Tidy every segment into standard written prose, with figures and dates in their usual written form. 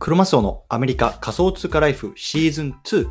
クロマスオのアメリカ仮想通貨ライフシーズン2。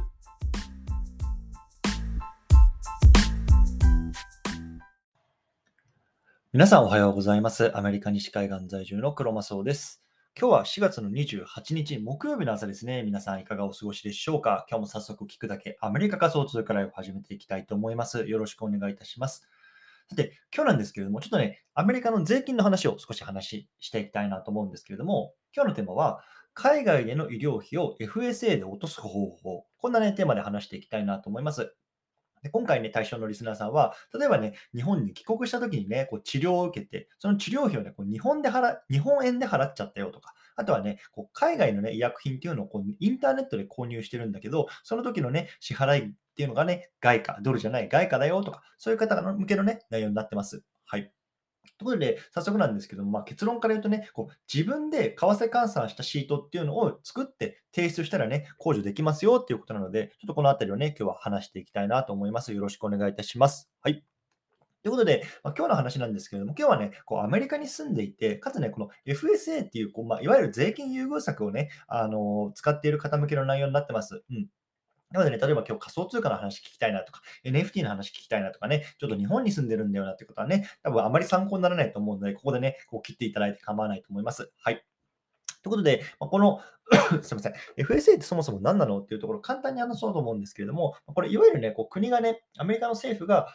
皆さんおはようございます。アメリカ西海岸在住のクロマスオです。今日は4月の28日木曜日の朝ですね。皆さんいかがお過ごしでしょうか。今日も早速聞くだけアメリカ仮想通貨ライフを始めていきたいと思います。よろしくお願いいたします。さて、今日なんですけれども、ちょっとね、アメリカの税金の話を少ししていきたいなと思うんですけれども、今日のテーマは、海外への医療費を FSA で落とす方法。こんなね、テーマで話していきたいなと思います。で今回ね、対象のリスナーさんは、例えばね、日本に帰国した時にね、治療を受けて、その治療費をね、日本円で払っちゃったよとか、あとはね、海外のね、医薬品っていうのをインターネットで購入してるんだけど、その時のね、支払いっていうのがね、外貨、ドルじゃない外貨だよとか、そういう方向けのね、内容になってます。はい。ということで、早速なんですけども、結論から言うとね、自分で為替換算したシートっていうのを作って提出したらね、控除できますよっていうことなので、ちょっとこのあたりをね、今日は話していきたいなと思います。よろしくお願いいたします。はい。ということで、今日の話なんですけれども、今日はね、アメリカに住んでいて、かつね、この FSA っていう、いわゆる税金優遇策をね、使っている方向けの内容になってます。うん。なのでね、例えば今日仮想通貨の話聞きたいなとか、NFT の話聞きたいなとかね、ちょっと日本に住んでるんだよなってことはね、多分あまり参考にならないと思うので、ここでね、切っていただいて構わないと思います。はい。ということで、このすみません、FSA ってそもそも何なのっていうところを簡単に話そうと思うんですけれども、これいわゆるね、国がね、アメリカの政府が、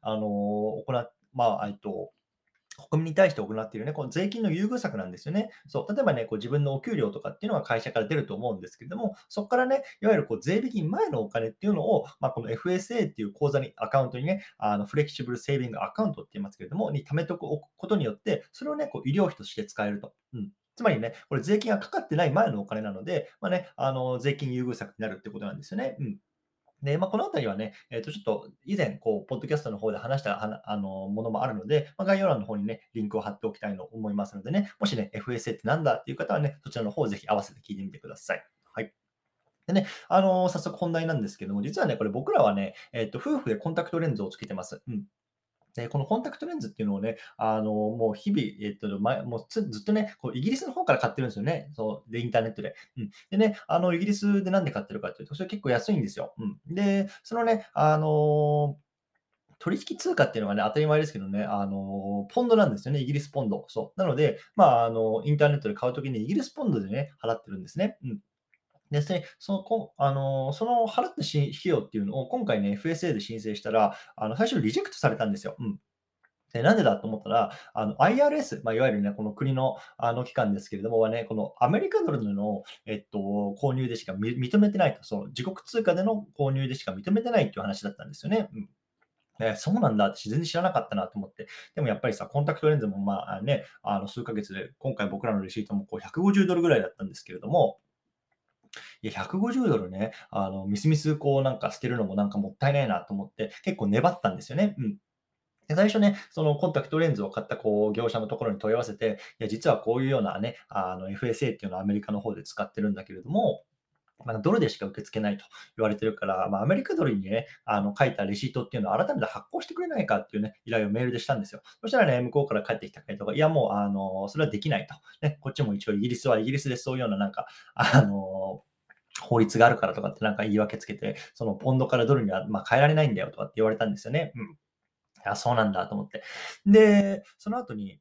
国民に対して行っているね、この税金の優遇策なんですよね。そう、例えばね、自分のお給料とかっていうのは会社から出ると思うんですけれども、そこからね、いわゆる税引き前のお金っていうのを、この FSA っていう口座に、アカウントにね、フレキシブルセービングアカウントって言いますけれども、に貯めておくことによって、それをね、医療費として使えると。つまりね、これ税金がかかってない前のお金なので、税金優遇策になるってことなんですよね。で、このあたりはね、ちょっと以前、ポッドキャストの方で話したはなあの、ものもあるので、概要欄の方にね、リンクを貼っておきたいと思いますのでね、もしね、FSA ってなんだっていう方はね、そちらの方をぜひ合わせて聞いてみてください。はい。でね、早速本題なんですけども、実はね、これ僕らはね、夫婦でコンタクトレンズをつけてます。で、このコンタクトレンズっていうのをね、もう日々、もうずっとね、イギリスの方から買ってるんですよね。そう、で、インターネットで。でね、イギリスでなんで買ってるかっていうと、それ結構安いんですよ。で、そのね、取引通貨っていうのがね、当たり前ですけどね、ポンドなんですよね、イギリスポンド。そう。なので、インターネットで買うときにイギリスポンドでね、払ってるんですね。ですね、その払った費用っていうのを今回ね、FSA で申請したら、最初リジェクトされたんですよ。で、なんでだと思ったら、IRS、いわゆるね、この国の、機関ですけれども、このアメリカドルの、購入でしか認めてないと、そう、自国通貨での購入でしか認めてないっていう話だったんですよね。そうなんだ、私全然知らなかったなと思って。でもやっぱりさ、コンタクトレンズも数ヶ月で、今回僕らのレシートも$150ぐらいだったんですけれども、いや、$150ね、みすみすなんか捨てるのもなんかもったいないなと思って、結構粘ったんですよね。で、最初ね、そのコンタクトレンズを買った業者のところに問い合わせて、いや、実はこういうようなね、FSA っていうのをアメリカの方で使ってるんだけれども、ドルでしか受け付けないと言われてるから、アメリカドルにね、書いたレシートっていうのを改めて発行してくれないかっていうね、依頼をメールでしたんですよ。そしたらね、向こうから返ってきた回答が、いや、もう、それはできないと。ね、こっちも一応イギリスはイギリスでそういうようななんか、法律があるからとかってなんか言い訳つけて、そのポンドからドルには変えられないんだよとかって言われたんですよね。そうなんだと思って。で、その後に、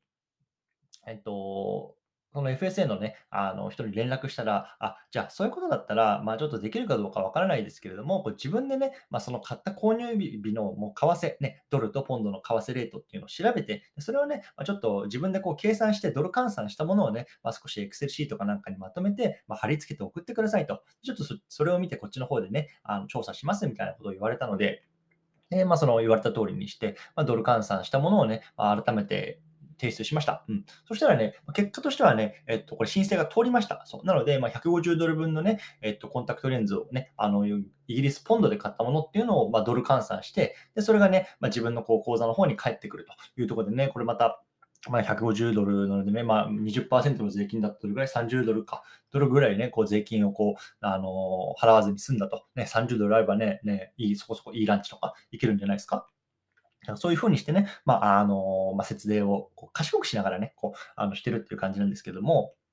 その FSA のね、人に連絡したら、じゃあそういうことだったら、ちょっとできるかどうかわからないですけれども、自分でね、その買った購入日のもう為替、ね、ドルとポンドの為替レートっていうのを調べて、それをね、ちょっと自分で計算してドル換算したものをね、少し Excel シートかなんかにまとめて、貼り付けて送ってくださいと。ちょっとそれを見てこっちの方でね、調査しますみたいなことを言われたので、で、その言われた通りにして、ドル換算したものをね、改めて提出しました。そしたらね、結果としてはね、これ申請が通りました。そう。なので、$150分のね、コンタクトレンズをね、イギリスポンドで買ったものっていうのを、ドル換算して、で、それがね、自分の口座の方に返ってくるというところでね、これまた、$150なのでね、20%の税金だとどれぐらい$30か。どれぐらいね、税金を払わずに済んだと。ね、$30あればね、そこそこいいランチとか行けるんじゃないですか。そういう風にしてね、節税を賢くしながらね、してるっていう感じなんですけども、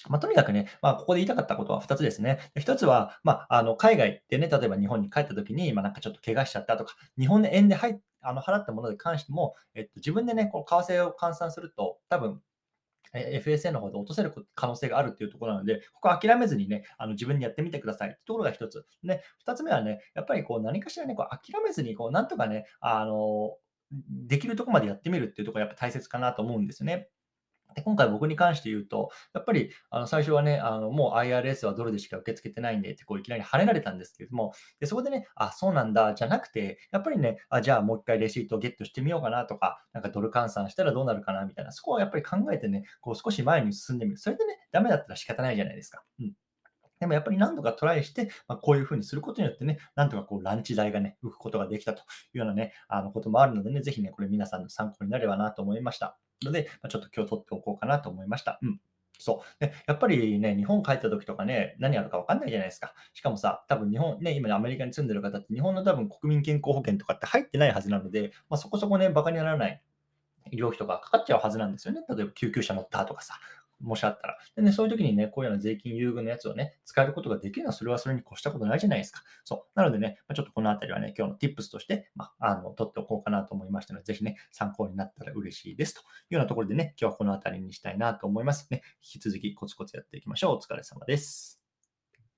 とにかくね、ここで言いたかったことは2つですね。で1つは、海外でね、例えば日本に帰った時に、なんかちょっと怪我しちゃったとか、日本の円で払ったものに関しても、自分でね、こう為替を換算すると、多分FSA の方で落とせる可能性があるっていうところなので、ここは諦めずにね、自分にやってみてくださいってところが一つ。で、二つ目はね、やっぱりこう何かしらね、こう諦めずに、こうなんとかね、できるところまでやってみるっていうところがやっぱ大切かなと思うんですね。で、今回僕に関して言うと、やっぱり最初はね、もう IRS はドルでしか受け付けてないんでってこういきなり跳ねられたんですけれども、で、そこでね、あ、そうなんだ、じゃなくて、やっぱりね、じゃあもう一回レシートをゲットしてみようかなとか、なんかドル換算したらどうなるかなみたいな、そこはやっぱり考えてね、こう少し前に進んでみる。それでね、ダメだったら仕方ないじゃないですか。うん。でもやっぱり何度かトライして、こういう風にすることによってね、なんとかこうランチ代がね、浮くことができたというようなね、こともあるのでね、ぜひね、これ皆さんの参考になればなと思いました。ので、ちょっと今日取っておこうかなと思いました。うん。そう。で、やっぱりね、日本帰った時とかね、何あるか分かんないじゃないですか。しかもさ、多分日本ね、今アメリカに住んでる方って日本の多分国民健康保険とかって入ってないはずなので、そこそこね、馬鹿にならない医療費とかかかっちゃうはずなんですよね。例えば救急車乗ったとかさ、もしあったら。でね、そういう時にね、こういうような税金優遇のやつをね、使えることができるのは、それはそれに越したことないじゃないですか。そう。なのでね、ちょっとこのあたりはね、今日の Tips として、取っておこうかなと思いましたので、ぜひね、参考になったら嬉しいです。というようなところでね、今日はこのあたりにしたいなと思います。ね、引き続きコツコツやっていきましょう。お疲れ様です。